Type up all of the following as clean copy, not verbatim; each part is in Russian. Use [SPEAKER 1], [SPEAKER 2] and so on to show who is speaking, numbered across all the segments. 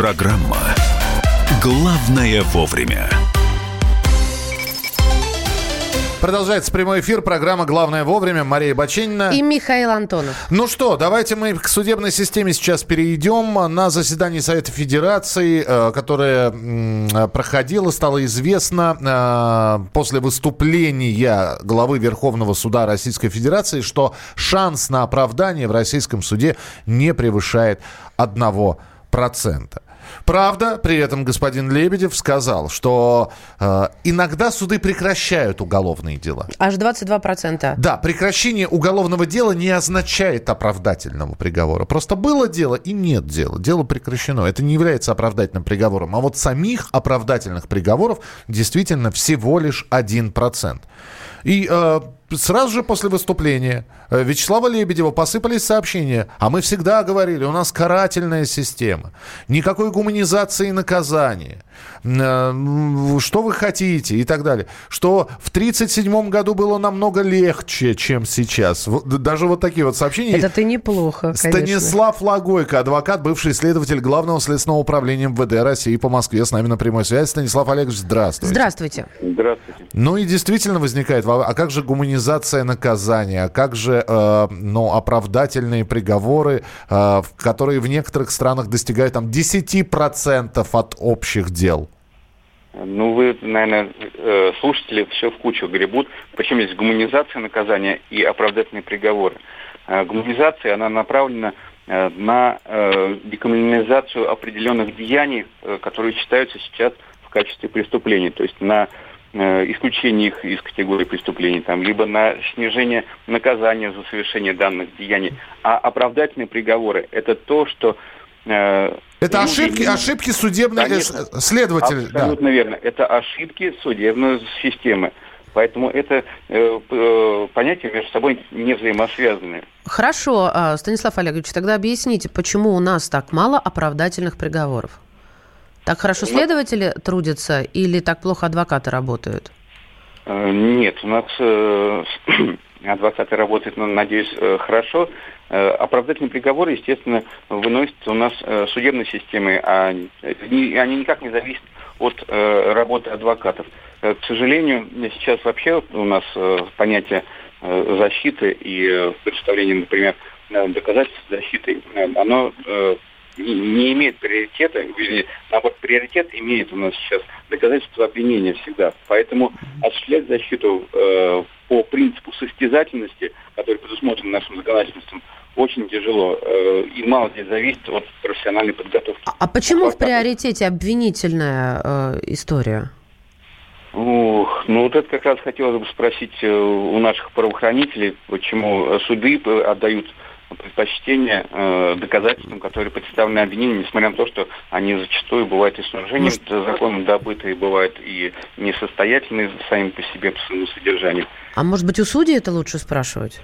[SPEAKER 1] Программа «Главное вовремя».
[SPEAKER 2] Продолжается прямой эфир. Программа «Главное вовремя». Мария Баченина.
[SPEAKER 3] И Михаил Антонов.
[SPEAKER 2] Ну что, давайте мы к судебной системе сейчас перейдем. На заседании Совета Федерации, которое проходило, стало известно после выступления главы Верховного суда Российской Федерации, что шанс на оправдание в российском суде не превышает 1%. Правда, при этом господин Лебедев сказал, что иногда суды прекращают уголовные дела.
[SPEAKER 3] Аж 22%.
[SPEAKER 2] Да, прекращение уголовного дела не означает оправдательного приговора. Просто было дело и нет дела. Дело прекращено. Это не является оправдательным приговором. А вот самих оправдательных приговоров действительно всего лишь 1%. И сразу же после выступления Вячеслава Лебедева посыпались сообщения. А мы всегда говорили, у нас карательная система. Никакой гуманизации наказания. Что вы хотите? И так далее. Что в 1937 году было намного легче, чем сейчас. Даже вот такие вот сообщения.
[SPEAKER 3] Это ты неплохо, конечно.
[SPEAKER 2] Станислав Логойко, адвокат, бывший следователь Главного следственного управления МВД России по Москве, с нами на прямой связи. Станислав Олегович, здравствуйте.
[SPEAKER 3] Здравствуйте.
[SPEAKER 4] Здравствуйте.
[SPEAKER 2] Ну и действительно возникает, а как же гуманизация наказания, а как же оправдательные приговоры, которые в некоторых странах достигают там 10% от общих дел?
[SPEAKER 4] Ну, вы, наверное, слушатели все в кучу гребут. Почему есть гуманизация наказания и оправдательные приговоры? Гуманизация, она направлена на декриминализацию определенных деяний, которые считаются сейчас в качестве преступлений. То есть на исключение их из категории преступлений, либо на снижение наказания за совершение данных деяний. А оправдательные приговоры – это то, что...
[SPEAKER 2] Это ошибки судебной следователя.
[SPEAKER 4] Абсолютно верно. Это ошибки судебной системы. Поэтому это понятия между собой не взаимосвязаны.
[SPEAKER 3] Хорошо, Станислав Олегович, тогда объясните, почему у нас так мало оправдательных приговоров? Так хорошо следователи трудятся или так плохо адвокаты работают?
[SPEAKER 4] Нет, у нас адвокаты работают, надеюсь, хорошо. Оправдательные приговоры, естественно, выносятся у нас судебной системой, а они никак не зависят от работы адвокатов. К сожалению, сейчас вообще у нас понятие защиты и представление, например, доказательств защиты, оно не имеет приоритета, наоборот, приоритет имеет у нас сейчас доказательство обвинения всегда. Поэтому осуществлять защиту по принципу состязательности, который предусмотрен нашим законодательством, очень тяжело. И мало здесь зависит от профессиональной подготовки.
[SPEAKER 3] А почему в приоритете обвинительная история?
[SPEAKER 4] Вот это как раз хотелось бы спросить у наших правоохранителей, почему суды отдают предпочтение доказательствам, которые представлены обвинением, несмотря на то, что они зачастую бывают и с нарушением законом добытые, бывают и несостоятельные сами по себе по своему содержанию.
[SPEAKER 3] А может быть, у судей это лучше спрашивать?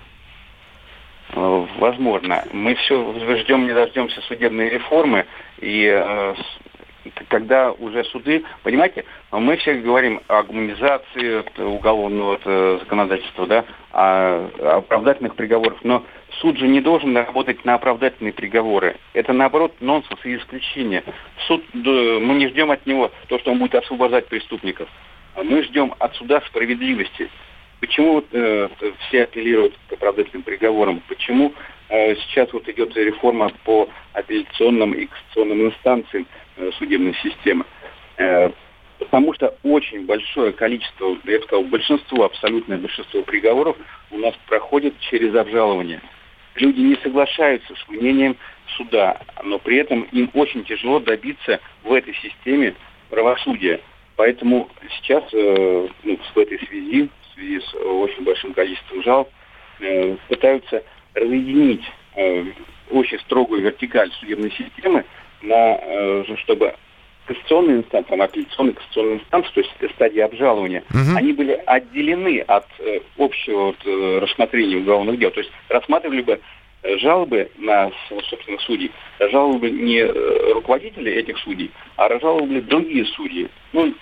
[SPEAKER 4] Возможно. Мы все ждем, не дождемся судебной реформы, и когда уже суды, понимаете, мы все говорим о гуманизации уголовного законодательства, да, о оправдательных приговорах, но суд же не должен работать на оправдательные приговоры. Это, наоборот, нонсенс и исключение. Суд, мы не ждем от него то, что он будет освобождать преступников. Мы ждем от суда справедливости. Почему все апеллируют к оправдательным приговорам? Почему сейчас идет реформа по апелляционным и кассационным инстанциям судебной системы? Потому что очень большое количество, я бы сказал, абсолютное большинство приговоров у нас проходит через обжалование. Люди не соглашаются с мнением суда, но при этом им очень тяжело добиться в этой системе правосудия. Поэтому сейчас в этой связи, в связи с очень большим количеством жалоб, пытаются разъединить очень строгую вертикаль судебной системы, чтобы кассационные инстанции, апелляционные кассационные инстанции, то есть стадии обжалования, они были отделены от общего рассмотрения уголовных дел. То есть рассматривали бы жалобы на, собственно, судей, жалобы не руководители этих судей, а разжаловали другие судьи.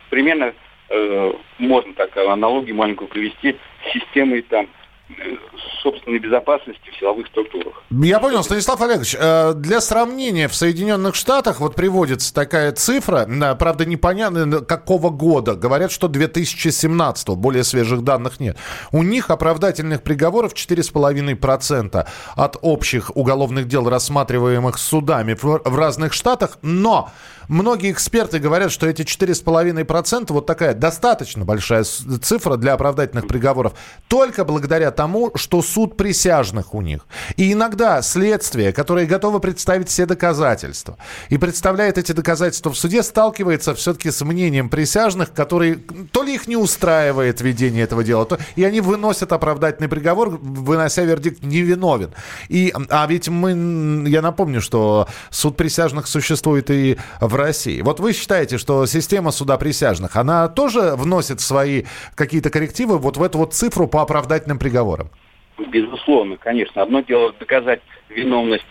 [SPEAKER 4] Примерно можно так аналогию маленькую привести с системой собственной безопасности в силовых структурах.
[SPEAKER 2] Я понял, Станислав Олегович. Для сравнения, в Соединенных Штатах вот приводится такая цифра, правда, непонятно какого года. Говорят, что 2017, более свежих данных нет. У них оправдательных приговоров 4,5% от общих уголовных дел, рассматриваемых судами в разных штатах. Но многие эксперты говорят, что эти 4,5%, вот такая достаточно большая цифра для оправдательных приговоров, только благодаря тому, что суд присяжных у них. И иногда следствие, которое готово представить все доказательства, и представляет эти доказательства в суде, сталкивается все-таки с мнением присяжных, которые то ли их не устраивает ведение этого дела, и они выносят оправдательный приговор, вынося вердикт невиновен. А ведь я напомню, что суд присяжных существует и в России. Вот вы считаете, что система суда присяжных, она тоже вносит свои какие-то коррективы вот в эту вот цифру по оправдательным приговорам?
[SPEAKER 4] Безусловно, конечно. Одно дело доказать виновность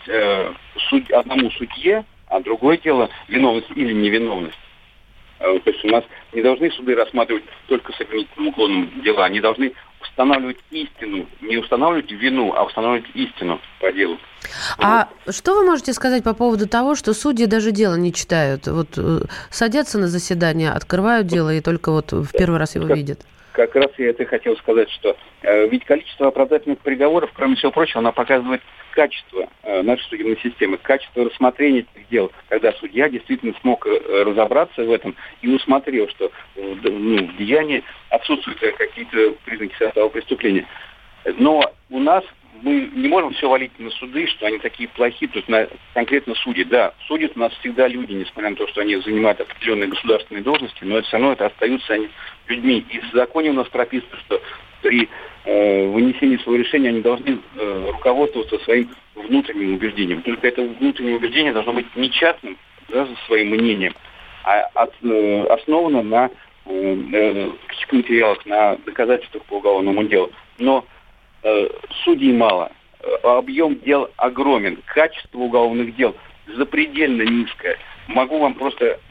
[SPEAKER 4] одному судье, а другое дело виновность или невиновность. То есть у нас не должны суды рассматривать только с обвинительным уклоном дела. Они должны устанавливать истину. Не устанавливать вину, а устанавливать истину по делу.
[SPEAKER 3] А что вы можете сказать по поводу того, что судьи даже дело не читают? Вот садятся на заседание, открывают дело и только вот в первый раз его видят.
[SPEAKER 4] Как раз я это хотел сказать, что ведь количество оправдательных приговоров, кроме всего прочего, оно показывает качество нашей судебной системы, качество рассмотрения этих дел, когда судья действительно смог разобраться в этом и усмотрел, что в деянии отсутствуют какие-то признаки состава преступления. Но у нас мы не можем все валить на суды, что они такие плохие, то есть конкретно судьи. Да, судят у нас всегда люди, несмотря на то, что они занимают определенные государственные должности, но все равно это остаются они людьми. И в законе у нас прописано, что при вынесении своего решения они должны руководствоваться своим внутренним убеждением. Только это внутреннее убеждение должно быть не частным, даже своим мнением, а основано на каких-то материалах, на доказательствах по уголовному делу. Но судей мало, объем дел огромен, качество уголовных дел запредельно низкое. Могу вам просто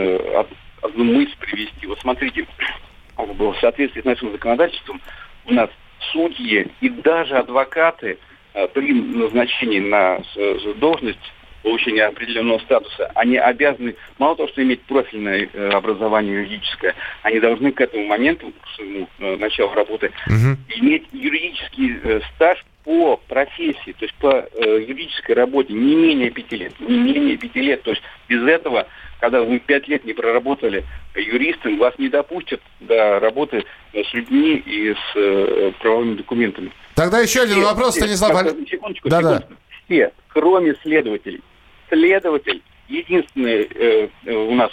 [SPEAKER 4] одну мысль привести. Вот смотрите, в соответствии с нашим законодательством у нас судьи и даже адвокаты при назначении на должность получения определенного статуса, они обязаны, мало того, что иметь профильное образование юридическое, они должны к этому моменту, к своему началу работы, иметь юридический стаж по профессии, то есть по юридической работе не менее 5 лет. Не менее 5 лет. То есть без этого, когда вы 5 лет не проработали юристом, вас не допустят до работы с людьми и с правовыми документами.
[SPEAKER 2] Тогда еще один вопрос, Станислав Олегович.
[SPEAKER 4] Секундочку. Все, кроме следователей. Следователь — единственный у нас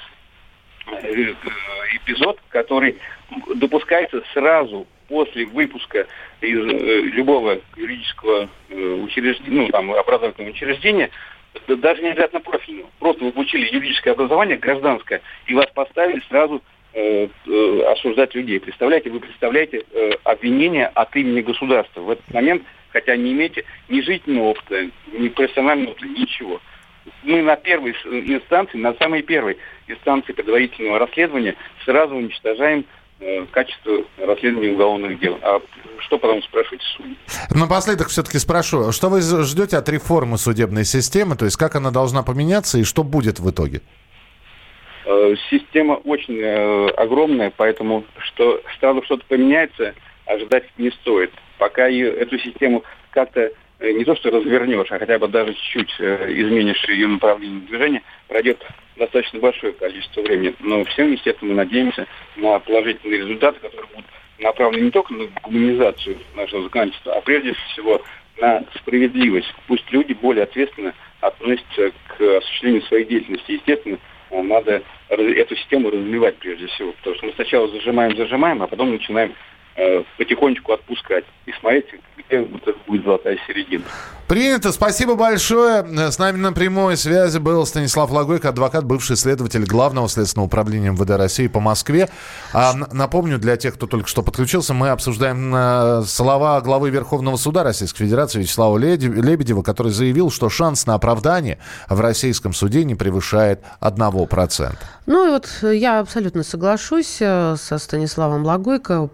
[SPEAKER 4] эпизод, который допускается сразу после выпуска из любого юридического учреждения, образовательного учреждения, даже не обязательно профильного. Просто вы получили юридическое образование, гражданское, и вас поставили сразу осуждать людей. Представляете, вы представляете обвинение от имени государства. В этот момент, хотя не имеете ни жизненного опыта, ни профессионального опыта, ничего. Мы на первой инстанции, на самой первой инстанции предварительного расследования сразу уничтожаем качество расследования уголовных дел. А что потом спрашиваете судьи?
[SPEAKER 2] Напоследок все-таки спрошу, что вы ждете от реформы судебной системы, то есть как она должна поменяться и что будет в итоге?
[SPEAKER 4] Система очень огромная, поэтому сразу что-то поменяется, ожидать не стоит. Пока эту систему как-то не то что развернешь, а хотя бы даже чуть-чуть изменишь ее направление движения, пройдет достаточно большое количество времени. Но всем, естественно, мы надеемся на положительные результаты, которые будут направлены не только на гуманизацию нашего законодательства, а прежде всего на справедливость. Пусть люди более ответственно относятся к осуществлению своей деятельности. Естественно, надо эту систему развивать прежде всего, потому что мы сначала зажимаем, а потом начинаем потихонечку отпускать и смотреть, где вот будет золотая середина.
[SPEAKER 2] Принято. Спасибо большое. С нами на прямой связи был Станислав Логойко, адвокат, бывший следователь Главного следственного управления МВД России по Москве. Напомню, для тех, кто только что подключился, мы обсуждаем слова главы Верховного суда Российской Федерации Вячеслава Лебедева, который заявил, что шанс на оправдание в российском суде не превышает 1%.
[SPEAKER 3] Ну и вот я абсолютно соглашусь со Станиславом Логойко по поводу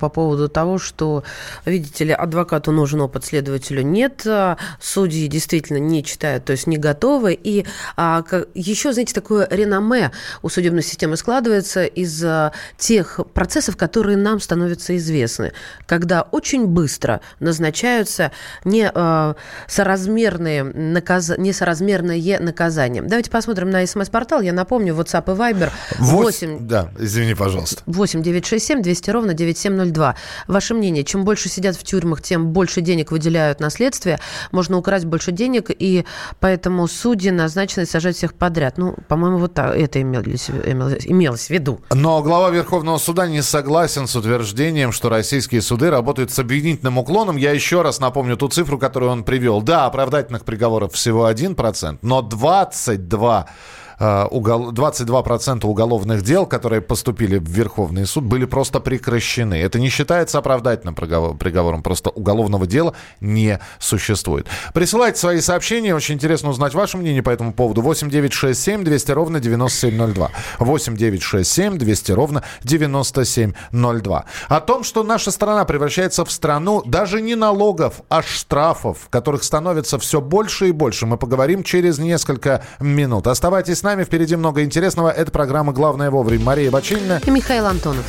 [SPEAKER 3] того, что, видите ли, адвокату нужен опыт, следователю нет, судьи действительно не читают, то есть не готовы. И еще, знаете, такое реноме у судебной системы складывается из тех процессов, которые нам становятся известны, когда очень быстро назначаются несоразмерное наказание. Давайте посмотрим на СМС-портал. Я напомню, WhatsApp и Viber 8...
[SPEAKER 2] Да, извини, пожалуйста.
[SPEAKER 3] 8 967 200 ровно 9702. Ваше мнение, чем больше сидят в тюрьмах, тем больше денег выделяют на следствие, можно украсть больше денег, и поэтому судьи назначены сажать всех подряд. Ну, по-моему, вот так, это имелось в виду.
[SPEAKER 2] Но глава Верховного суда не согласен с утверждением, что российские суды работают с обвинительным уклоном. Я еще раз напомню ту цифру, которую он привел. Да, оправдательных приговоров всего 1%, но 22% уголовных дел, которые поступили в Верховный суд, были просто прекращены. Это не считается оправдательным приговором, просто уголовного дела не существует. Присылайте свои сообщения, очень интересно узнать ваше мнение по этому поводу. 8 967 200 ровно 9702. 8 967 200 ровно 9702. О том, что наша страна превращается в страну даже не налогов, а штрафов, которых становится все больше и больше, мы поговорим через несколько минут. Оставайтесь с нами, впереди много интересного. Это программа «Главное вовремя». Мария Бачинина
[SPEAKER 3] и Михаил Антонов.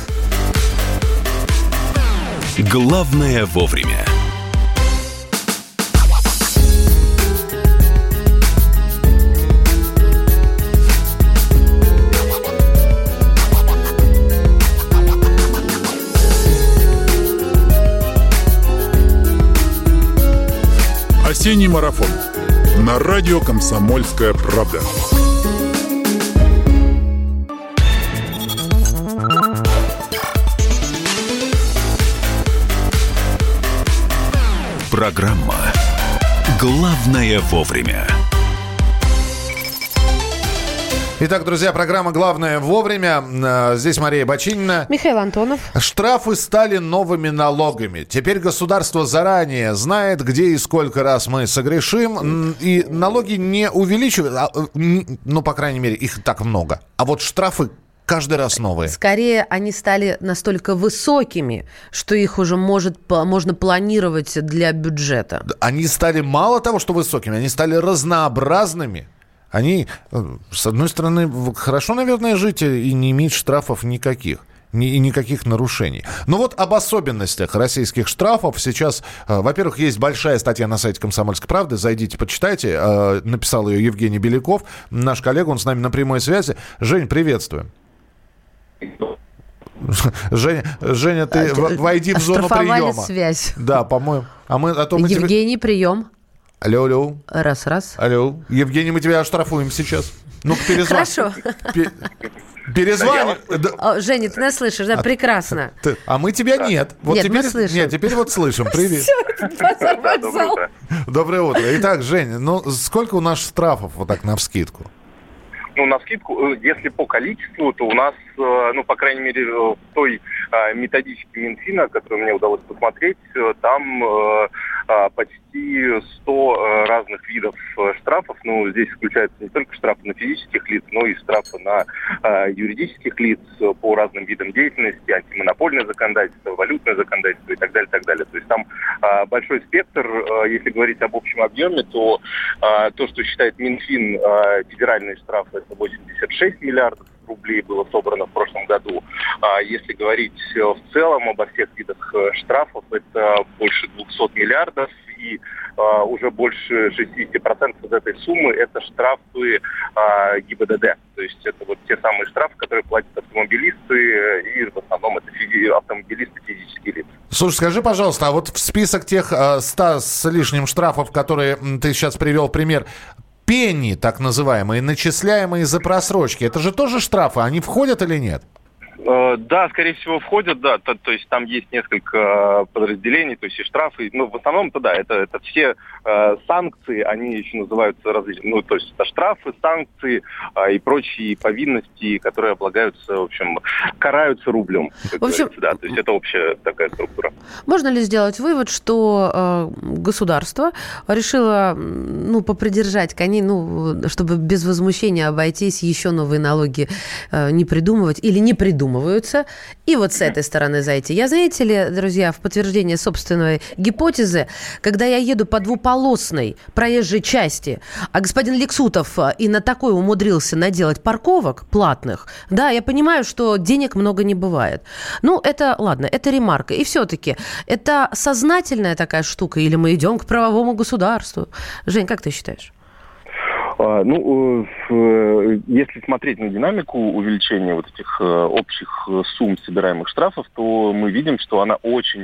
[SPEAKER 1] Главное вовремя.
[SPEAKER 5] Осенний марафон на радио «Комсомольская правда».
[SPEAKER 1] Программа «Главное вовремя».
[SPEAKER 2] Итак, друзья, программа «Главное вовремя». Здесь Мария Бачинина.
[SPEAKER 3] Михаил Антонов.
[SPEAKER 2] Штрафы стали новыми налогами. Теперь государство заранее знает, где и сколько раз мы согрешим. И налоги не увеличивают, ну, по крайней мере, их так много. А вот штрафы каждый раз новые.
[SPEAKER 3] Скорее, они стали настолько высокими, что их уже можно планировать для бюджета.
[SPEAKER 2] Они стали мало того, что высокими, они стали разнообразными. Они, с одной стороны, хорошо, наверное, жить и не иметь штрафов никаких. И никаких нарушений. Но вот об особенностях российских штрафов сейчас, во-первых, есть большая статья на сайте «Комсомольской правды». Зайдите, почитайте. Написал ее Евгений Беляков, наш коллега, он с нами на прямой связи. Жень, приветствуем. Женя, ты войди в зону приема.
[SPEAKER 3] Связь.
[SPEAKER 2] Да, по-моему.
[SPEAKER 3] Евгений, прием.
[SPEAKER 2] Алло.
[SPEAKER 3] Раз.
[SPEAKER 2] Алло. Евгений, мы тебя оштрафуем сейчас. Ну-ка, перезвони.
[SPEAKER 3] Хорошо.
[SPEAKER 2] Перезвони.
[SPEAKER 3] Женя, ты нас слышишь, да? Прекрасно.
[SPEAKER 2] А мы тебя нет. Вот
[SPEAKER 3] нет,
[SPEAKER 2] теперь,
[SPEAKER 3] мы слышим.
[SPEAKER 2] Нет, теперь вот слышим. Привет. Доброе утро. Итак, Жень, ну сколько у нас штрафов вот так навскидку?
[SPEAKER 6] Ну, навскидку, если по количеству, то у нас, ну, по крайней мере, в той методичке Минфина, которую мне удалось посмотреть, там почти 100 разных видов штрафов. Ну, здесь включаются не только штрафы на физических лиц, но и штрафы на юридических лиц по разным видам деятельности, антимонопольное законодательство, валютное законодательство и так далее, так далее. То есть там большой спектр. Если говорить об общем объеме, то то, что считает Минфин федеральные штрафы, это 86 миллиардов рублей было собрано в прошлом году. Если говорить в целом обо всех видах штрафов, это больше 200 миллиардов, и уже больше 60% из этой суммы это штрафы ГИБДД. То есть это вот те самые штрафы, которые платят автомобилисты, и в основном это автомобилисты физические лица.
[SPEAKER 2] Слушай, скажи, пожалуйста, а вот в список тех 100 с лишним штрафов, которые ты сейчас привел пример, пени, так называемые, начисляемые за просрочки, это же тоже штрафы, они входят или нет?
[SPEAKER 6] Да, скорее всего, входят, да. То есть там есть несколько подразделений, то есть и штрафы. Ну, в основном-то, да, это все санкции, они еще называются различными. Ну, то есть это штрафы, санкции и прочие повинности, которые облагаются, в общем, караются рублем.
[SPEAKER 3] В общем,
[SPEAKER 6] да, то есть это общая такая структура.
[SPEAKER 3] Можно ли сделать вывод, что государство решило, ну, попридержать коней, ну, чтобы без возмущения обойтись, еще новые налоги не придумывать или не придумывать? задумываются и вот с этой стороны зайти. Я, знаете ли, друзья, в подтверждение собственной гипотезы, когда я еду по двуполосной проезжей части, а господин Лексутов и на такой умудрился наделать парковок платных, да, я понимаю, что денег много не бывает. Ну, это, ладно, это ремарка. И все-таки, это сознательная такая штука или мы идем к правовому государству? Жень, как ты считаешь?
[SPEAKER 6] Если смотреть на динамику увеличения вот этих общих сумм собираемых штрафов, то мы видим, что она очень,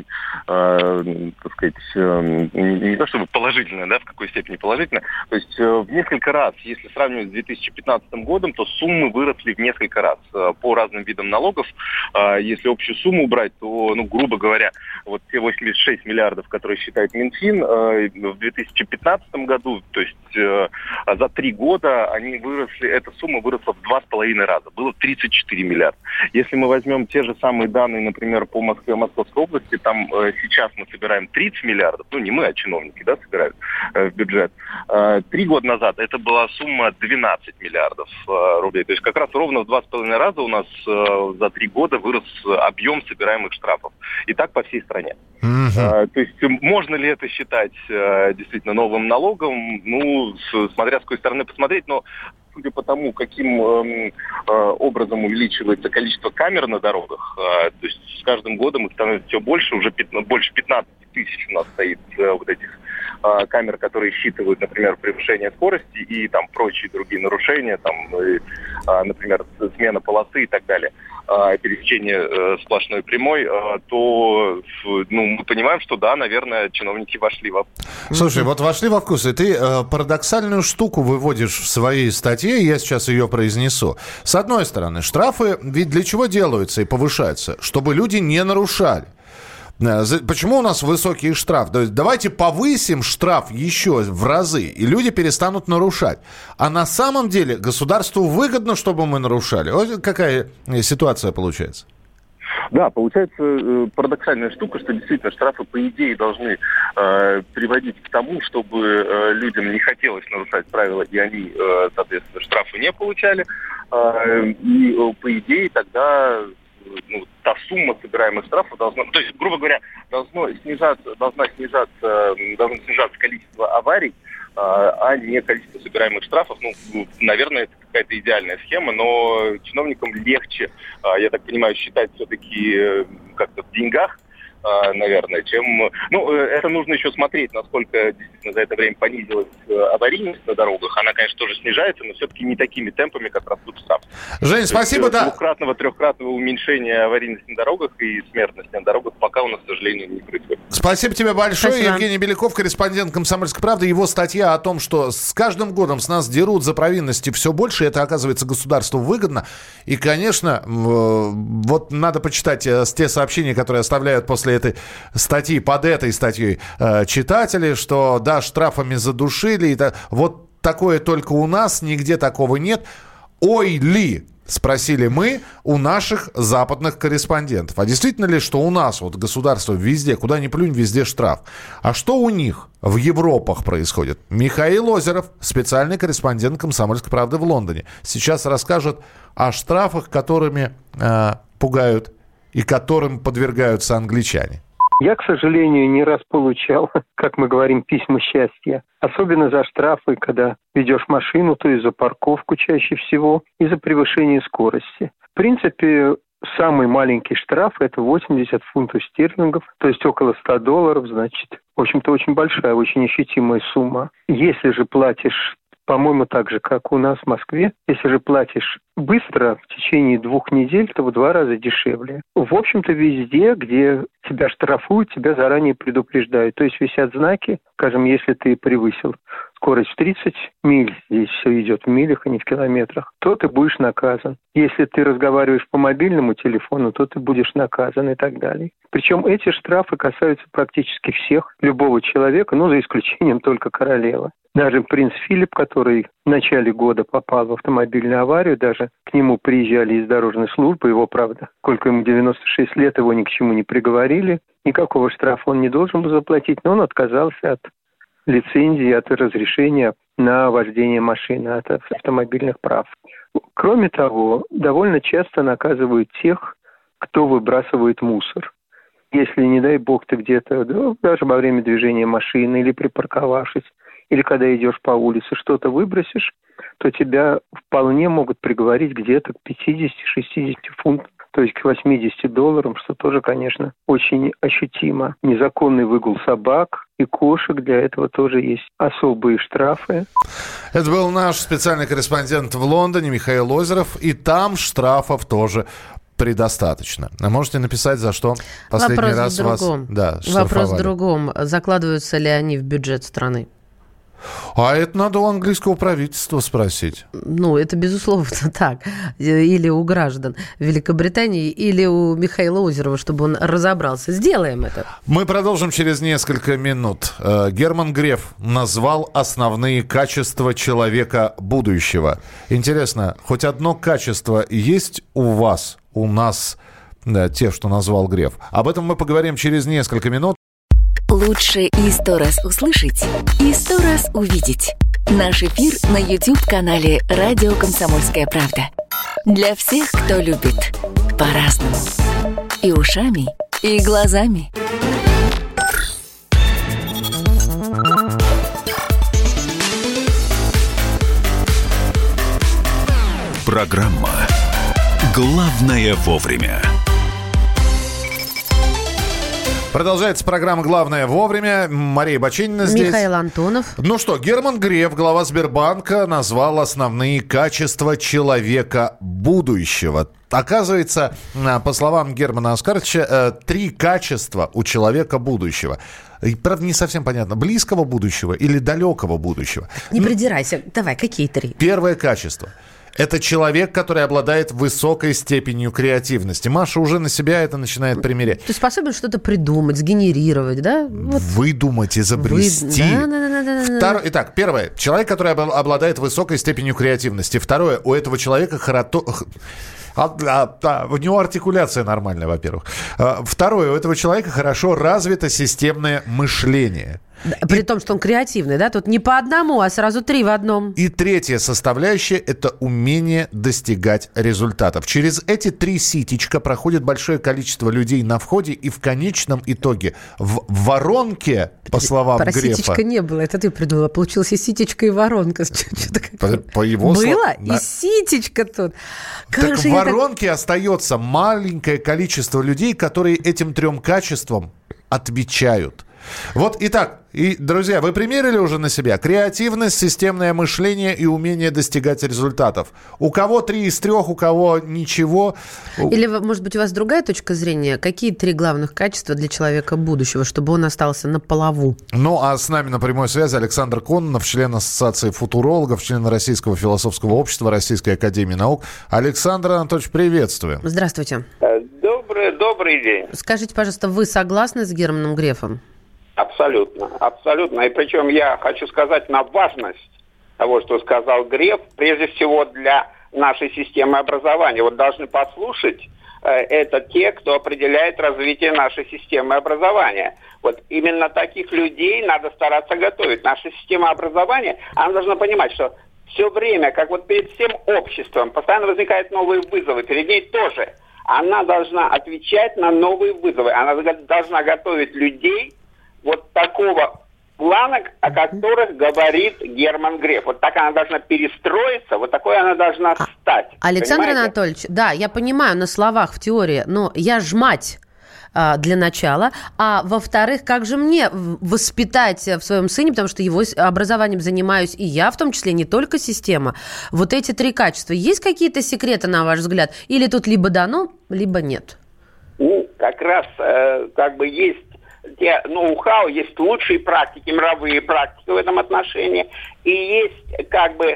[SPEAKER 6] так сказать, не то чтобы положительная, да, в какой степени положительная. То есть в несколько раз, если сравнивать с 2015 годом, то суммы выросли в несколько раз по разным видам налогов. Если общую сумму убрать, то, грубо говоря, вот те 86 миллиардов, которые считает Минфин, в 2015 году, то есть за 3 года они выросли, эта сумма выросла в 2,5 раза. Было 34 миллиарда. Если мы возьмем те же самые данные, например, по Москве, Московской области, там сейчас мы собираем 30 миллиардов, не мы, а чиновники, да, собирают в бюджет. 3 года назад это была сумма 12 миллиардов рублей. То есть как раз ровно в 2,5 раза у нас за 3 года вырос объем собираемых штрафов. И так по всей стране. То есть можно ли это считать действительно новым налогом? Смотря с какой стороны посмотреть, но судя по тому, каким образом увеличивается количество камер на дорогах, то есть с каждым годом их становится все больше, уже больше 15 тысяч у нас стоит вот этих камер, которые считывают, например, превышение скорости и там прочие другие нарушения, там, например, смена полосы и так далее, пересечение сплошной прямой, то мы понимаем, что да, наверное, чиновники вошли во вкус.
[SPEAKER 2] Слушай, вот вошли во вкус, и ты парадоксальную штуку выводишь в своей статье, я сейчас ее произнесу. С одной стороны, штрафы ведь для чего делаются и повышаются? Чтобы люди не нарушали. Почему у нас высокий штраф? То есть давайте повысим штраф еще в разы, и люди перестанут нарушать. А на самом деле государству выгодно, чтобы мы нарушали. Вот какая ситуация получается.
[SPEAKER 6] Да, получается парадоксальная штука, что действительно штрафы, по идее, должны приводить к тому, чтобы людям не хотелось нарушать правила, и они, соответственно, штрафы не получали. И, по идее, тогда та сумма собираемых штрафов должна, то есть, грубо говоря, должно снижаться количество аварий, а не количество собираемых штрафов. Наверное, это какая-то идеальная схема, но чиновникам легче, я так понимаю, считать все-таки как-то в деньгах, наверное, чем... это нужно еще смотреть, насколько действительно за это время понизилась аварийность на дорогах. Она, конечно, тоже снижается, но все-таки не такими темпами, как растут штрафы.
[SPEAKER 2] Жень, спасибо, да.
[SPEAKER 6] Трехкратного уменьшения аварийности на дорогах и смертности на дорогах пока у нас, к сожалению, не происходит.
[SPEAKER 2] Спасибо тебе большое.
[SPEAKER 3] Спасибо.
[SPEAKER 2] Евгений Беляков, корреспондент «Комсомольской правды». Его статья о том, что с каждым годом с нас дерут за провинности все больше, это, оказывается, государству выгодно. И, конечно, вот надо почитать те сообщения, которые оставляют после этой статьи, под этой статьей читатели, что, да, штрафами задушили. Вот такое только у нас, нигде такого нет. Ой ли, спросили мы у наших западных корреспондентов. А действительно ли, что у нас вот государство везде, куда ни плюнь, везде штраф? А что у них в Европах происходит? Михаил Озеров, специальный корреспондент «Комсомольской правды» в Лондоне, сейчас расскажет о штрафах, которыми пугают и которым подвергаются англичане.
[SPEAKER 7] Я, к сожалению, не раз получал, как мы говорим, письма счастья. Особенно за штрафы, когда ведешь машину, то и за парковку чаще всего, и за превышение скорости. В принципе, самый маленький штраф – это 80 фунтов стерлингов, то есть около $100, значит, в общем-то, очень большая, очень ощутимая сумма. Если же платишь, по-моему, так же, как у нас в Москве, если же платишь быстро, в течение 2 недель, то в 2 раза дешевле. В общем-то, везде, где тебя штрафуют, тебя заранее предупреждают. То есть висят знаки, скажем, если ты превысил скорость в 30 миль, здесь все идет в милях, а не в километрах, то ты будешь наказан. Если ты разговариваешь по мобильному телефону, то ты будешь наказан и так далее. Причем эти штрафы касаются практически всех, любого человека, за исключением только королевы. Даже принц Филипп, который в начале года попал в автомобильную аварию, даже к нему приезжали из дорожной службы, его, правда, сколько ему 96 лет, его ни к чему не приговорили, никакого штрафа он не должен был заплатить, но он отказался от лицензии, от разрешения на вождение машины, от автомобильных прав. Кроме того, довольно часто наказывают тех, кто выбрасывает мусор. Если, не дай бог, ты где-то, даже во время движения машины или припарковавшись, или когда идешь по улице, что-то выбросишь, то тебя вполне могут приговорить где-то к 50-60 фунтам, то есть к $80, что тоже, конечно, очень ощутимо. Незаконный выгул собак и кошек, для этого тоже есть особые штрафы.
[SPEAKER 2] Это был наш специальный корреспондент в Лондоне Михаил Озеров, и там штрафов тоже предостаточно. Можете написать, за что последний раз вас штрафовали.
[SPEAKER 3] Вопрос в другом. Закладываются ли они в бюджет страны?
[SPEAKER 2] А это надо у английского правительства спросить.
[SPEAKER 3] Это безусловно так. Или у граждан Великобритании, или у Михаила Озерова, чтобы он разобрался. Сделаем это.
[SPEAKER 2] Мы продолжим через несколько минут. Герман Греф назвал основные качества человека будущего. Интересно, хоть одно качество есть у вас, у нас, те, что назвал Греф? Об этом мы поговорим через несколько минут.
[SPEAKER 8] Лучше и 100 раз услышать, и 100 раз увидеть. Наш эфир на YouTube-канале «Радио Комсомольская правда». Для всех, кто любит по-разному. И ушами, и глазами.
[SPEAKER 1] Программа «Главное вовремя».
[SPEAKER 2] Продолжается программа «Главное вовремя». Мария Бачинина здесь.
[SPEAKER 3] Михаил Антонов.
[SPEAKER 2] Ну что, Герман Греф, глава Сбербанка, назвал основные качества человека будущего. Оказывается, по словам Германа Оскаровича, 3 качества у человека будущего. Правда, не совсем понятно, близкого будущего или далекого будущего.
[SPEAKER 3] Не придирайся. Давай, какие 3?
[SPEAKER 2] Первое качество. Это человек, который обладает высокой степенью креативности. Маша уже на себя это начинает примерять.
[SPEAKER 3] Ты способен что-то придумать, сгенерировать, да?
[SPEAKER 2] Выдумать, изобрести.
[SPEAKER 3] Да.
[SPEAKER 2] Итак, первое. Человек, который обладает высокой степенью креативности. Второе. У этого человека у него артикуляция нормальная, во-первых. Второе. У этого человека хорошо развито системное мышление.
[SPEAKER 3] При том, что он креативный, да? Тут не по одному, а сразу 3 в одном.
[SPEAKER 2] И третья составляющая – это умение достигать результатов. Через эти 3 ситечка проходит большое количество людей на входе, и в конечном итоге в воронке, по словам Грефа... Про
[SPEAKER 3] ситечка не было, это ты придумала. Получилась и ситечка, и воронка.
[SPEAKER 2] По его
[SPEAKER 3] было? И ситечка тут.
[SPEAKER 2] Так в воронке остается маленькое количество людей, которые этим 3 качествам отвечают. Вот, итак, друзья, вы примерили уже на себя креативность, системное мышление и умение достигать результатов. У кого 3 из 3, у кого ничего.
[SPEAKER 3] Или, может быть, у вас другая точка зрения? Какие 3 главных качества для человека будущего, чтобы он остался на плаву?
[SPEAKER 2] Ну, а с нами на прямой связи Александр Кононов, член Ассоциации футурологов, член Российского философского общества, Российской академии наук. Александр Анатольевич, приветствую.
[SPEAKER 3] Здравствуйте.
[SPEAKER 9] Добрый день.
[SPEAKER 3] Скажите, пожалуйста, вы согласны с Германом Грефом?
[SPEAKER 9] Абсолютно. И причем я хочу сказать на важность того, что сказал Греф, прежде всего для нашей системы образования. Вот должны послушать это те, кто определяет развитие нашей системы образования. Вот именно таких людей надо стараться готовить. Наша система образования, она должна понимать, что все время, как вот перед всем обществом, постоянно возникают новые вызовы, перед ней тоже. Она должна отвечать на новые вызовы. Она должна готовить людей вот такого плана, о которых говорит Герман Греф. Вот так она должна перестроиться, вот такой она должна стать.
[SPEAKER 3] Александр
[SPEAKER 9] Понимаете?
[SPEAKER 3] Анатольевич, да, я понимаю на словах, в теории, но я ж мать для начала, а во-вторых, как же мне воспитать в своем сыне, потому что его образованием занимаюсь и я, в том числе не только система, вот эти 3 качества. Есть какие-то секреты, на ваш взгляд? Или тут либо дано, либо нет?
[SPEAKER 9] Как раз есть те ноу-хау, есть лучшие практики, мировые практики в этом отношении, и есть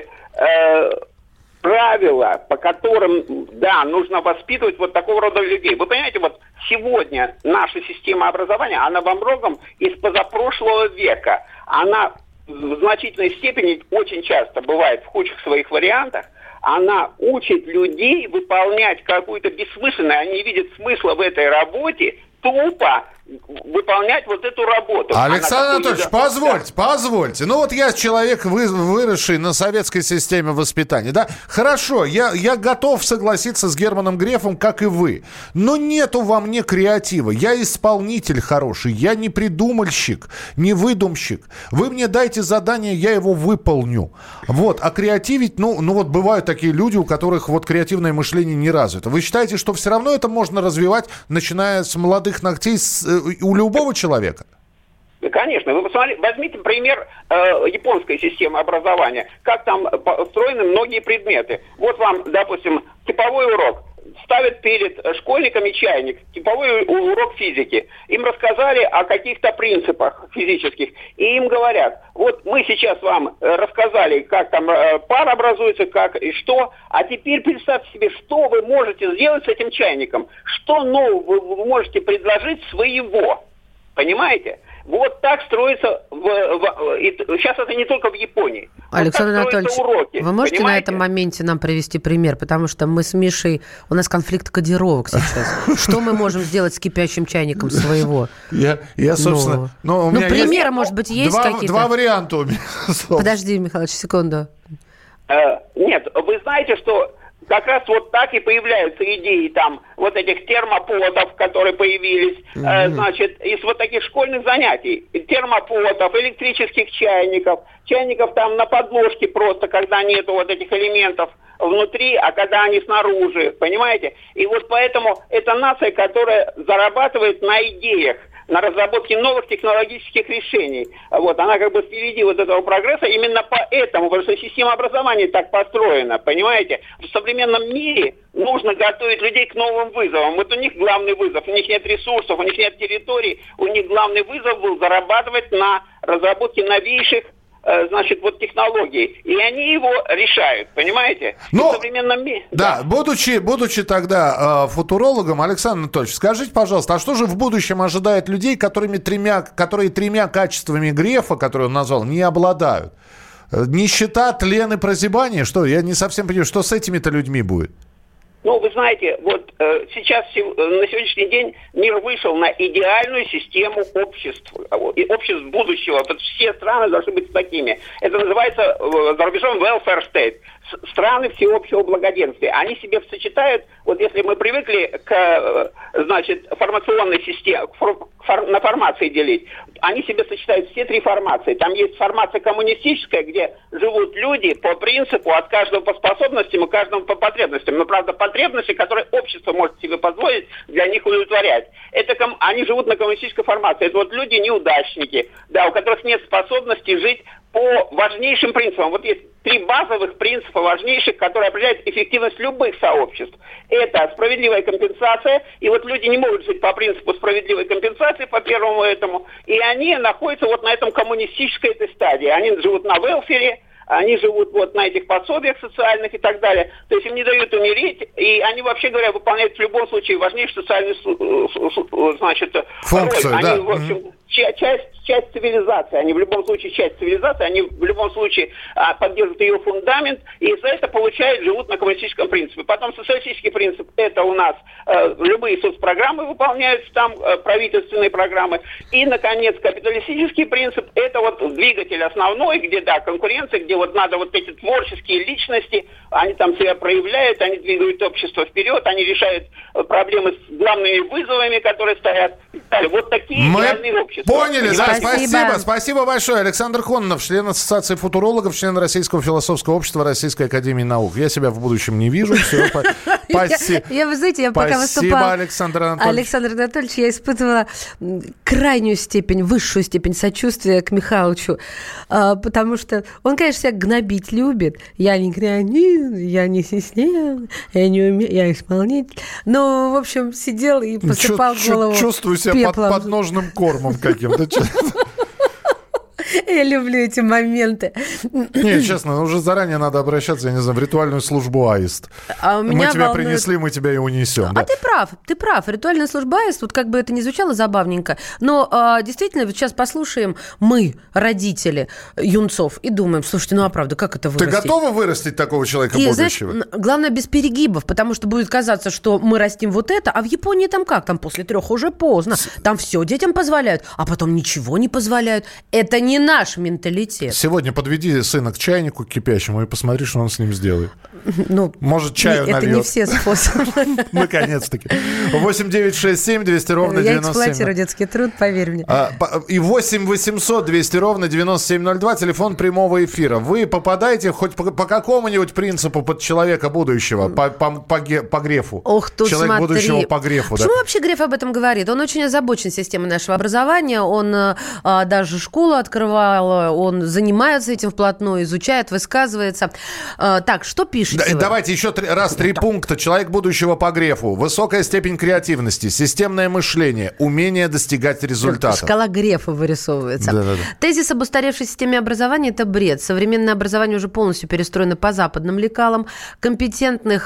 [SPEAKER 9] правила, по которым, нужно воспитывать вот такого рода людей. Вы понимаете, вот сегодня наша система образования, она во многом из позапрошлого века. Она в значительной степени, очень часто бывает в худших своих вариантах, она учит людей выполнять какую-то бессмысленную, они видят смысла в этой работе, тупо выполнять вот эту работу.
[SPEAKER 2] Александр Анатольевич, позвольте. Ну вот я человек, выросший на советской системе воспитания, да? Хорошо, я готов согласиться с Германом Грефом, как и вы. Но нету во мне креатива. Я исполнитель хороший, я не придумальщик, не выдумщик. Вы мне дайте задание, я его выполню. Вот, а креативить, ну вот бывают такие люди, у которых вот креативное мышление не развито. Вы считаете, что все равно это можно развивать, начиная с молодых ногтей, у любого человека?
[SPEAKER 9] Да, конечно. Вы посмотрите, возьмите пример японской системы образования. Как там устроены многие предметы. Вот вам, допустим, типовой урок. Ставят перед школьниками чайник, типовой урок физики. Им рассказали о каких-то принципах физических. И им говорят, вот мы сейчас вам рассказали, как там пар образуется, как и что. А теперь представьте себе, что вы можете сделать с этим чайником. Что нового вы можете предложить своего. Понимаете? Вот так строится... Сейчас это не только в Японии.
[SPEAKER 3] Александр Анатольевич,
[SPEAKER 9] уроки,
[SPEAKER 3] вы можете
[SPEAKER 9] понимаете?
[SPEAKER 3] на этом моменте нам привести пример? Потому что мы с Мишей... У нас конфликт кодировок сейчас. Что мы можем сделать с кипящим чайником своего?
[SPEAKER 2] Я собственно...
[SPEAKER 3] Ну, примеры, может быть, есть какие-то?
[SPEAKER 2] Два варианта у меня.
[SPEAKER 3] Подожди, Михайлович, секунду.
[SPEAKER 9] Нет, вы знаете, что... Как раз вот так и появляются идеи там вот этих термопотов, которые появились, значит, из вот таких школьных занятий. Термопотов, электрических чайников там на подложке просто, когда нету вот этих элементов внутри, а когда они снаружи, понимаете? И вот поэтому это нация, которая зарабатывает на идеях, на разработке новых технологических решений. Вот, она как бы впереди вот этого прогресса именно поэтому, потому что система образования так построена, понимаете? В современном мире нужно готовить людей к новым вызовам. Вот у них главный вызов, у них нет ресурсов, у них нет территорий, у них главный вызов был зарабатывать на разработке новейших значит, вот технологии. И они его решают, понимаете?
[SPEAKER 2] Ну,
[SPEAKER 9] в современном мире.
[SPEAKER 2] Да, будучи тогда футурологом, Александр Анатольевич, скажите, пожалуйста, а что же в будущем ожидает людей, которые тремя качествами Грефа, которые он назвал, не обладают? Нищета, тлен и прозябание? Что? Я не совсем понимаю, что с этими-то людьми будет?
[SPEAKER 9] Ну, вы знаете, вот сейчас, на сегодняшний день, мир вышел на идеальную систему обществ будущего. Вот все страны должны быть такими. Это называется за рубежом welfare state. Страны всеобщего благоденствия. Они себе сочетают, вот если мы привыкли к, значит, формационной системе, на формации делить, они себе сочетают все три формации. Там есть формация коммунистическая, где живут люди по принципу от каждого по способностям и каждому по потребностям. Но, правда, потребности, которые общество может себе позволить для них удовлетворять. Они живут на коммунистической формации. Это вот люди-неудачники, да, у которых нет способности жить по важнейшим принципам. Вот есть три базовых принципа важнейших, которые определяют эффективность любых сообществ. Это справедливая компенсация, и вот люди не могут жить по принципу справедливой компенсации, по первому этому, и они находятся вот на этом коммунистической этой стадии. Они живут на велфере, они живут вот на этих пособиях социальных и так далее. То есть им не дают умереть, и они, вообще говоря, выполняют в любом случае важнейшую социальную, значит,
[SPEAKER 2] функцию,
[SPEAKER 9] роль.
[SPEAKER 2] Да.
[SPEAKER 9] Они, в общем, часть цивилизации. Они в любом случае часть цивилизации, они в любом случае поддерживают ее фундамент, и за это живут на коммунистическом принципе. Потом социалистический принцип, это у нас любые соцпрограммы выполняются, там правительственные программы. И, наконец, капиталистический принцип, это вот двигатель основной, где, да, конкуренция, где вот надо вот эти творческие личности, они там себя проявляют, они двигают общество вперед, они решают проблемы с главными вызовами, которые стоят. Вот такие реальные общества.
[SPEAKER 2] Поняли, да, спасибо большое. Александр Кононов, член Ассоциации футурологов, член Российского философского общества, Российской академии наук. Я себя в будущем не вижу.
[SPEAKER 3] Вы знаете, я пока выступала, Александр Анатольевич, я испытывала крайнюю степень, высшую степень сочувствия к Михалычу, потому что он, конечно, себя гнобить любит. Я не креатив, я не систем, я не умею, я исполнитель. Но, в общем, сидел и посыпал голову
[SPEAKER 2] чувствую себя подножным кормом каким-то.
[SPEAKER 3] Я люблю эти моменты.
[SPEAKER 2] Не, честно, уже заранее надо обращаться, я не знаю, в ритуальную службу «Аист». Мы тебя принесли, мы тебя и унесем.
[SPEAKER 3] А ты прав. Ритуальная служба «Аист», вот как бы это ни звучало забавненько, но действительно, вот сейчас послушаем мы, родители юнцов, и думаем, слушайте, ну а правда, как это вырастить?
[SPEAKER 2] Ты готова вырастить такого человека будущего?
[SPEAKER 3] Знаешь, главное, без перегибов, потому что будет казаться, что мы растим вот это, а в Японии там как? Там после 3 уже поздно. Там все детям позволяют, а потом ничего не позволяют. Это не наш менталитет.
[SPEAKER 2] Сегодня подведи сына к чайнику кипящему и посмотри, что он с ним сделает. Ну, может, чаю нальет.
[SPEAKER 3] Это не все способы.
[SPEAKER 2] Наконец-таки. 8-967 200 ровно 97.
[SPEAKER 3] Я эксплуатирую детский труд, поверь мне.
[SPEAKER 2] И 8-800 200 ровно 9702, телефон прямого эфира. Вы попадаете хоть по какому-нибудь принципу под человека будущего, по Грефу.
[SPEAKER 3] Ох, тут
[SPEAKER 2] человек
[SPEAKER 3] смотри.
[SPEAKER 2] будущего по Грефу.
[SPEAKER 3] Почему вообще Греф об этом говорит? Он очень озабочен системой нашего образования, он даже школу открывал, он занимается этим вплотную, изучает, высказывается. Так, что пишете вы?
[SPEAKER 2] Давайте еще раз 3 пункта. Человек будущего по Грефу. Высокая степень креативности, системное мышление, умение достигать результатов.
[SPEAKER 3] Шкала Грефа вырисовывается.
[SPEAKER 2] Да.
[SPEAKER 3] Тезис об устаревшей системе образования – это бред. Современное образование уже полностью перестроено по западным лекалам. Компетентных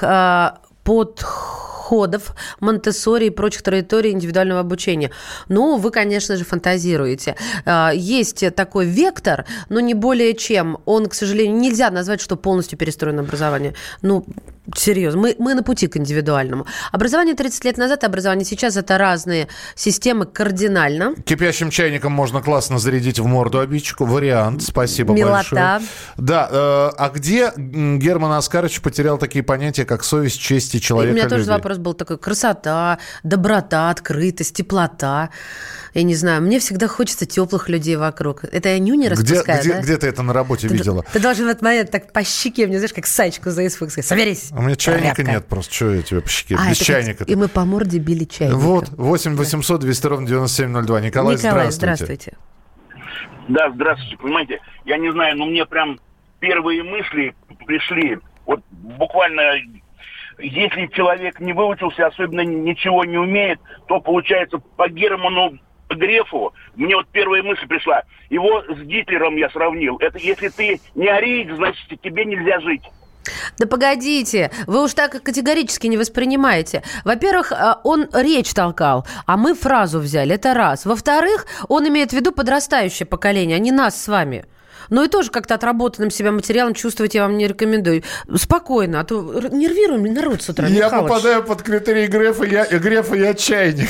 [SPEAKER 3] подходов, Монтессори и прочих траекторий индивидуального обучения. Ну, вы, конечно же, фантазируете. Есть такой вектор, но не более чем. Он, к сожалению, нельзя назвать, что полностью перестроено образование. Ну, серьезно, мы на пути к индивидуальному. Образование 30 лет назад и образование сейчас – это разные системы кардинально.
[SPEAKER 2] Кипящим чайником можно классно зарядить в морду обидчику. Вариант. Спасибо
[SPEAKER 3] Милота.
[SPEAKER 2] большое. Да. А где Герман Оскарович потерял такие понятия, как совесть, честь и человеколюбие?
[SPEAKER 3] У меня тоже вопрос был такой: красота, доброта, открытость, теплота. Я не знаю, мне всегда хочется теплых людей вокруг. Это я нюни распускаю, да?
[SPEAKER 2] Где ты это на работе видела?
[SPEAKER 3] Ты должен в этот момент так по щеке, мне, знаешь, как Сачку за ИСФ сказать: соберись.
[SPEAKER 2] У меня чайника нет просто. Что я тебе по щеке? Без чайника.
[SPEAKER 3] И мы по морде били чайником.
[SPEAKER 2] Вот, 8-800 200 ровно 9702. Николай, здравствуйте.
[SPEAKER 10] Да, здравствуйте. Понимаете, я не знаю, но мне прям первые мысли пришли. Вот буквально... Если человек не выучился, особенно ничего не умеет, то, получается, по Герману Грефу, мне вот первая мысль пришла, его с Гитлером я сравнил. Это если ты не ариец, значит, тебе нельзя жить.
[SPEAKER 3] Да погодите, вы уж так категорически не воспринимаете. Во-первых, он речь толкал, а мы фразу взяли, это раз. Во-вторых, он имеет в виду подрастающее поколение, а не нас с вами. Ну и тоже как-то отработанным себя материалом чувствовать я вам не рекомендую. Спокойно, а то нервируем народ с утра.
[SPEAKER 2] Я попадаю под критерий Грефа, я чайник.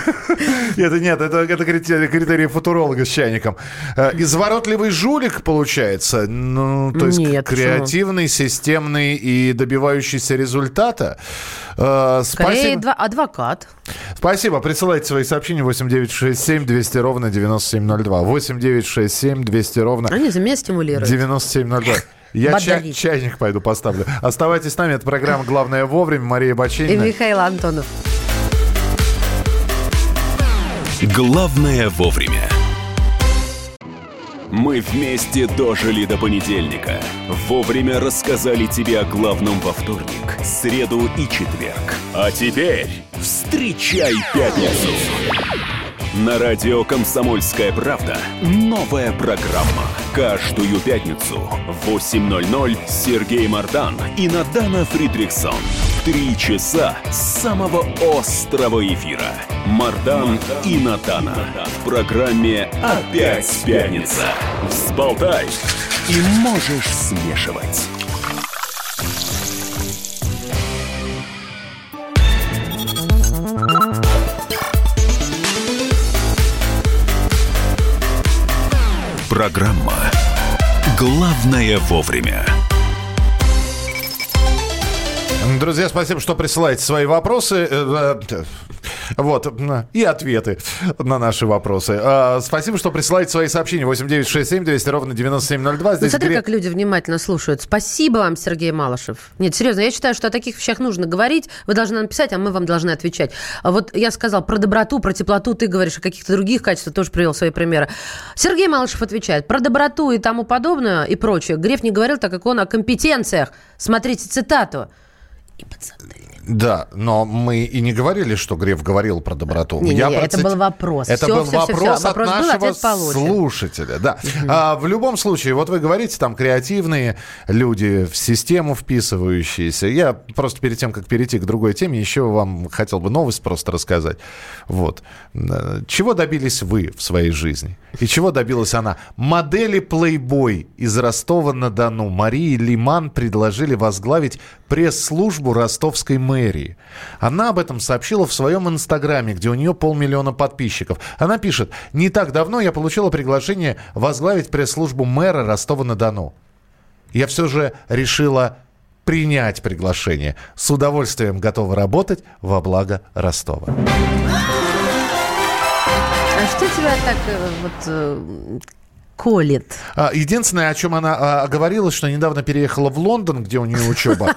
[SPEAKER 2] Это критерий футуролога с чайником. Изворотливый жулик, получается? Ну, то есть креативный, системный и добивающийся результата.
[SPEAKER 3] Скорее, адвокат.
[SPEAKER 2] Спасибо. Присылайте свои сообщения 8-967 200 ровно 9702. 8-967 200 ровно...
[SPEAKER 3] Они за меня стимулируют.
[SPEAKER 2] 9702. Я чайник пойду поставлю. Оставайтесь с нами. Это программа «Главное вовремя». Мария Баченина.
[SPEAKER 3] И Михаил Антонов.
[SPEAKER 1] Главное вовремя. Мы вместе дожили до понедельника. Вовремя рассказали тебе о главном во вторник, среду и четверг. А теперь встречай пятницу. На радио «Комсомольская правда» новая программа. Каждую пятницу в 8:00 Сергей Мардан и Надана Фридрихсон. 3 часа самого острого эфира. Мардан и Надана. В программе «Опять пятница». Взболтай и можешь смешивать. Программа «Главное вовремя».
[SPEAKER 2] Друзья, спасибо, что присылаете свои вопросы. Вот, и ответы на наши вопросы. Спасибо, что присылаете свои сообщения. 8-967 200 ровно 9702.
[SPEAKER 3] Здесь смотри, как люди внимательно слушают. Спасибо вам, Сергей Малышев. Нет, серьезно, я считаю, что о таких вещах нужно говорить. Вы должны написать, а мы вам должны отвечать. Вот я сказал про доброту, про теплоту. Ты говоришь о каких-то других качествах, тоже привел свои примеры. Сергей Малышев отвечает. Про доброту и тому подобное и прочее Греф не говорил, так как он о компетенциях. Смотрите цитату. и подзатыльник.
[SPEAKER 2] Да, но мы и не говорили, что Греф говорил про доброту.
[SPEAKER 3] Это был вопрос.
[SPEAKER 2] Это был вопрос от нашего слушателя. Да. В любом случае, вот вы говорите, там креативные люди, в систему вписывающиеся. Я просто перед тем, как перейти к другой теме, еще вам хотел бы новость просто рассказать. Вот. Чего добились вы в своей жизни? И чего добилась она? Модели Playboy из Ростова-на-Дону Марии Лиман предложили возглавить пресс-службу ростовской мэрии. Она об этом сообщила в своем инстаграме, где у нее 500 000 подписчиков. Она пишет: «Не так давно я получила приглашение возглавить пресс-службу мэра Ростова-на-Дону. Я все же решила принять приглашение. С удовольствием готова работать во благо Ростова».
[SPEAKER 3] А что тебя так колет?
[SPEAKER 2] Единственное, о чем она оговорилась, что недавно переехала в Лондон, где у нее учеба.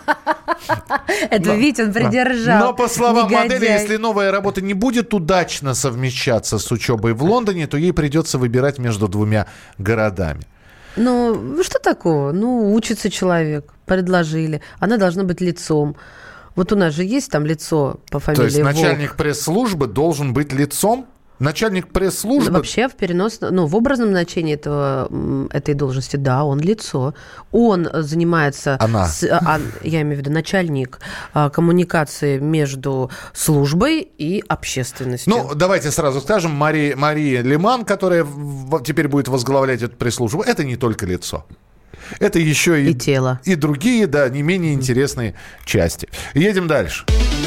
[SPEAKER 3] Это ведь он придержал.
[SPEAKER 2] Но, по словам модели, если новая работа не будет удачно совмещаться с учебой в Лондоне, то ей придется выбирать между двумя городами.
[SPEAKER 3] Ну, что такого? Ну, учится человек, предложили. Она должна быть лицом. Вот у нас же есть там лицо по фамилии Волк.
[SPEAKER 2] То есть начальник пресс-службы должен быть лицом? Начальник пресс-службы?
[SPEAKER 3] Вообще в переносном, в образном значении этой должности, да, он лицо. Он занимается, я имею в виду начальник коммуникации между службой и общественностью.
[SPEAKER 2] Ну, давайте сразу скажем, Мария Лиман, которая теперь будет возглавлять эту пресс-службу, это не только лицо. Это еще и
[SPEAKER 3] тело.
[SPEAKER 2] И другие, да, не менее интересные части. Едем дальше.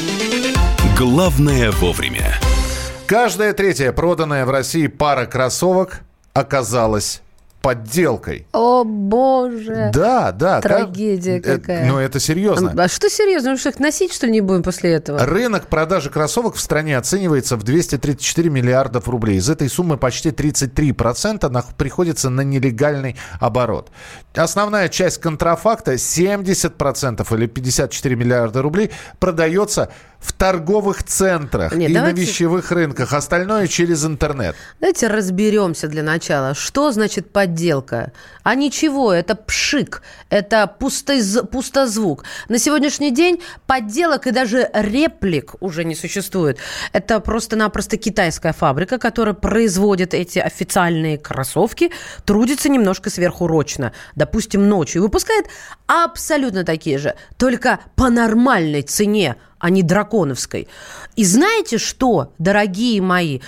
[SPEAKER 1] Главное вовремя.
[SPEAKER 2] Каждая третья проданная в России пара кроссовок оказалась подделкой.
[SPEAKER 3] О, боже.
[SPEAKER 2] Да.
[SPEAKER 3] Трагедия какая.
[SPEAKER 2] Ну, это серьезно.
[SPEAKER 3] А что серьезно? Мы что, их носить, что ли, не будем после этого?
[SPEAKER 2] Рынок продажи кроссовок в стране оценивается в 234 миллиардов рублей. Из этой суммы почти 33% приходится на нелегальный оборот. Основная часть контрафакта, 70% или 54 миллиарда рублей, продается в торговых центрах на вещевых рынках. Остальное через интернет.
[SPEAKER 3] Давайте разберемся для начала. Что значит подделка? А ничего, это пшик, это пустозвук. На сегодняшний день подделок и даже реплик уже не существует. Это просто-напросто китайская фабрика, которая производит эти официальные кроссовки, трудится немножко сверхурочно, допустим, ночью, и выпускает абсолютно такие же, только по нормальной цене, а не драконовской. И знаете что, дорогие мои,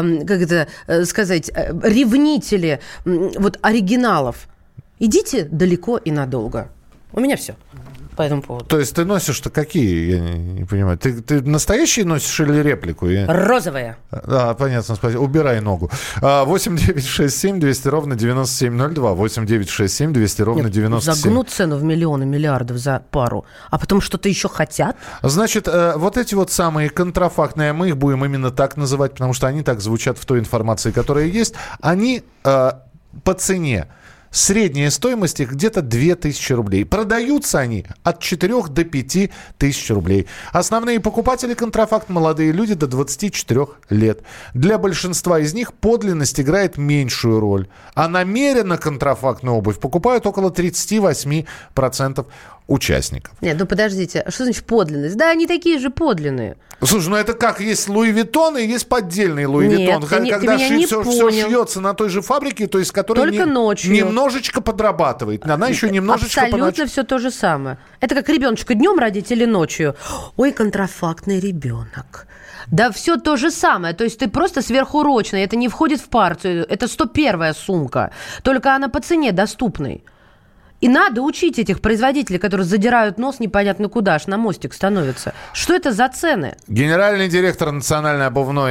[SPEAKER 3] ревнители оригиналов, идите далеко и надолго. У меня все по этому поводу.
[SPEAKER 2] То есть ты носишь-то какие? Я не понимаю. Ты настоящие носишь или реплику?
[SPEAKER 3] Розовые.
[SPEAKER 2] Да, понятно, спасибо. Убирай ногу. 8-967 200 ровно 9702. 8-967 200 ровно 97.
[SPEAKER 3] Загнут цену в миллионы, миллиардов за пару, а потом что-то еще хотят?
[SPEAKER 2] Значит, вот эти вот самые контрафактные, мы их будем именно так называть, потому что они так звучат в той информации, которая есть, они по цене. Средняя стоимость их где-то 2000 рублей. Продаются они от 4 до 5 тысяч рублей. Основные покупатели контрафакт – молодые люди до 24 лет. Для большинства из них подлинность играет меньшую роль. А намеренно контрафактную обувь покупают около 38% участников.
[SPEAKER 3] Нет, ну подождите, что значит подлинность? Да, они такие же подлинные.
[SPEAKER 2] Слушай, ну это как? Есть Луи Виттон и есть поддельный Луи Виттон. Когда все шьется на той же фабрике, то есть которая
[SPEAKER 3] только ночью
[SPEAKER 2] немножечко подрабатывает. Она еще немножечко
[SPEAKER 3] абсолютно все то же самое. Это как ребеночка днем родить или ночью. Ой, контрафактный ребенок. Да все то же самое. То есть ты просто сверхурочный. Это не входит в партию. Это 101-я сумка. Только она по цене доступной. И надо учить этих производителей, которые задирают нос непонятно куда, аж на мостик становятся. Что это за цены?
[SPEAKER 2] Генеральный директор Национального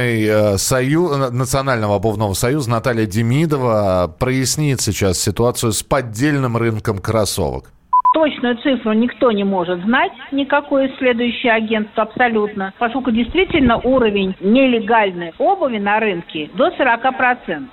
[SPEAKER 2] обувного союза Наталья Демидова прояснит сейчас ситуацию с поддельным рынком кроссовок.
[SPEAKER 11] Точную цифру никто не может знать, никакое исследующее агентство абсолютно, поскольку действительно уровень нелегальной обуви на рынке до 40%.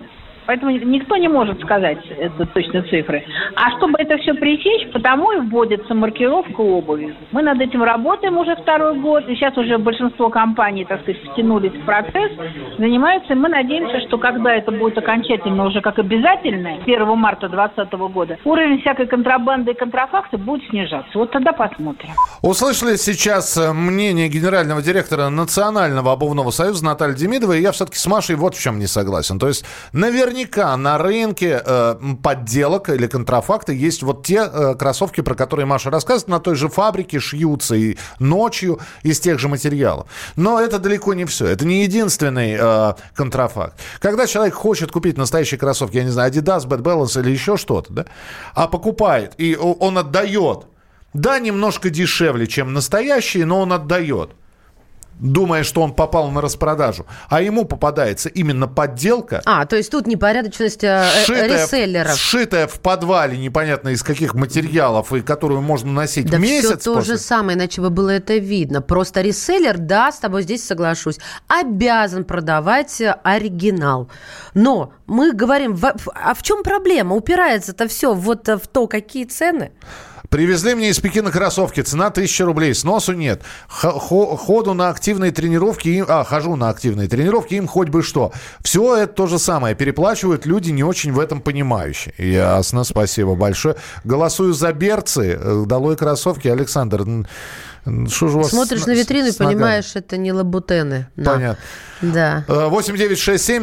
[SPEAKER 11] Поэтому никто не может сказать это точно цифры. А чтобы это все пресечь, потому и вводится маркировка обуви. Мы над этим работаем уже второй год, и сейчас уже большинство компаний, так сказать, втянулись в процесс, занимаются, и мы надеемся, что когда это будет окончательно уже как обязательное, 1 марта 2020 года, уровень всякой контрабанды и контрафакта будет снижаться. Вот тогда посмотрим.
[SPEAKER 2] Услышали сейчас мнение генерального директора Национального обувного союза Натальи Демидовой, и я все-таки с Машей вот в чем не согласен. То есть наверняка на рынке подделок или контрафакта есть вот те кроссовки, про которые Маша рассказывает, на той же фабрике шьются и ночью из тех же материалов. Но это далеко не все. Это не единственный контрафакт. Когда человек хочет купить настоящие кроссовки, я не знаю, Adidas, Bad Balance или еще что-то, да, а покупает, и он отдает, да, немножко дешевле, чем настоящие, но он отдает, думая, что он попал на распродажу, а ему попадается именно подделка.
[SPEAKER 3] То есть тут непорядочность реселлеров.
[SPEAKER 2] Сшитая в подвале, непонятно из каких материалов, и которую можно носить месяц. Да все
[SPEAKER 3] то же самое, иначе бы было это видно. Просто реселлер, да, с тобой здесь соглашусь, обязан продавать оригинал. Но мы говорим, а в чем проблема? Упирается-то все вот в то, какие цены.
[SPEAKER 2] Привезли мне из Пекина кроссовки, цена 1000 рублей, сносу нет. Ходу на активные тренировки, хожу на активные тренировки, им хоть бы что. Все это то же самое, переплачивают люди не очень в этом понимающие. Ясно, спасибо большое. Голосую за берцы, долой кроссовки. Александр, что же у вас
[SPEAKER 3] смотришь на витрину и понимаешь, это не лабутены.
[SPEAKER 2] Понятно.
[SPEAKER 3] Да.
[SPEAKER 2] 8-967-200-97-02.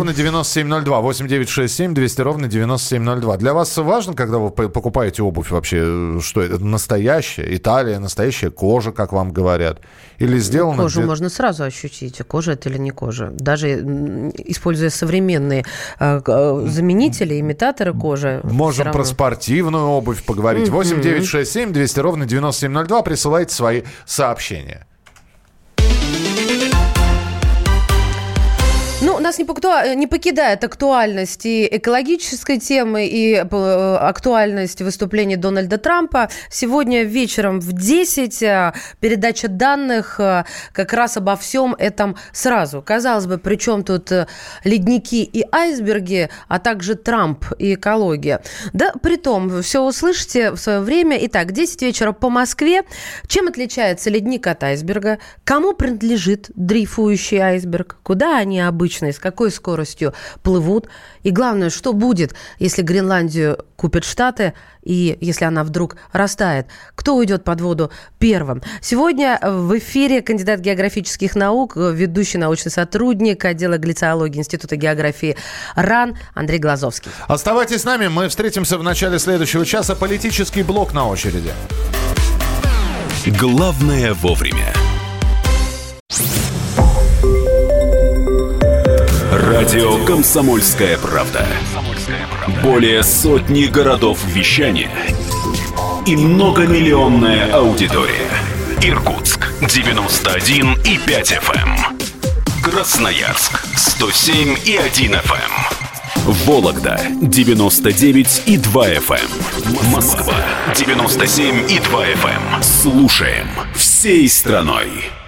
[SPEAKER 2] 8-967-200-97-02. Для вас важно, когда вы покупаете обувь вообще, что это настоящая Италия, настоящая кожа, как вам говорят? Или сделано...
[SPEAKER 3] Кожу можно сразу ощутить, кожа это или не кожа. Даже используя современные заменители, имитаторы кожи.
[SPEAKER 2] Можем про спортивную обувь поговорить. 8-967-200-97-02. Присылайте свои сообщения.
[SPEAKER 3] Ну, нас не покидает актуальность и экологической темы, и актуальность выступлений Дональда Трампа. Сегодня вечером в 10 передача данных как раз обо всем этом сразу. Казалось бы, при чем тут ледники и айсберги, а также Трамп и экология. Да, притом, все услышите в свое время. Итак, 10 вечера по Москве. Чем отличается ледник от айсберга? Кому принадлежит дрейфующий айсберг? Куда они обычно, с какой скоростью плывут? И главное, что будет, если Гренландию купят Штаты, и если она вдруг растает? Кто уйдет под воду первым? Сегодня в эфире кандидат географических наук, ведущий научный сотрудник отдела глициологии Института географии РАН Андрей Глазовский.
[SPEAKER 2] Оставайтесь с нами, мы встретимся в начале следующего часа. Политический блок на очереди.
[SPEAKER 1] Главное вовремя. Радио «Комсомольская правда». Более сотни городов вещания и многомиллионная аудитория. Иркутск 91,5 FM. Красноярск 107,1 FM. Вологда 99,2 FM. Москва 97,2 FM. Слушаем всей страной.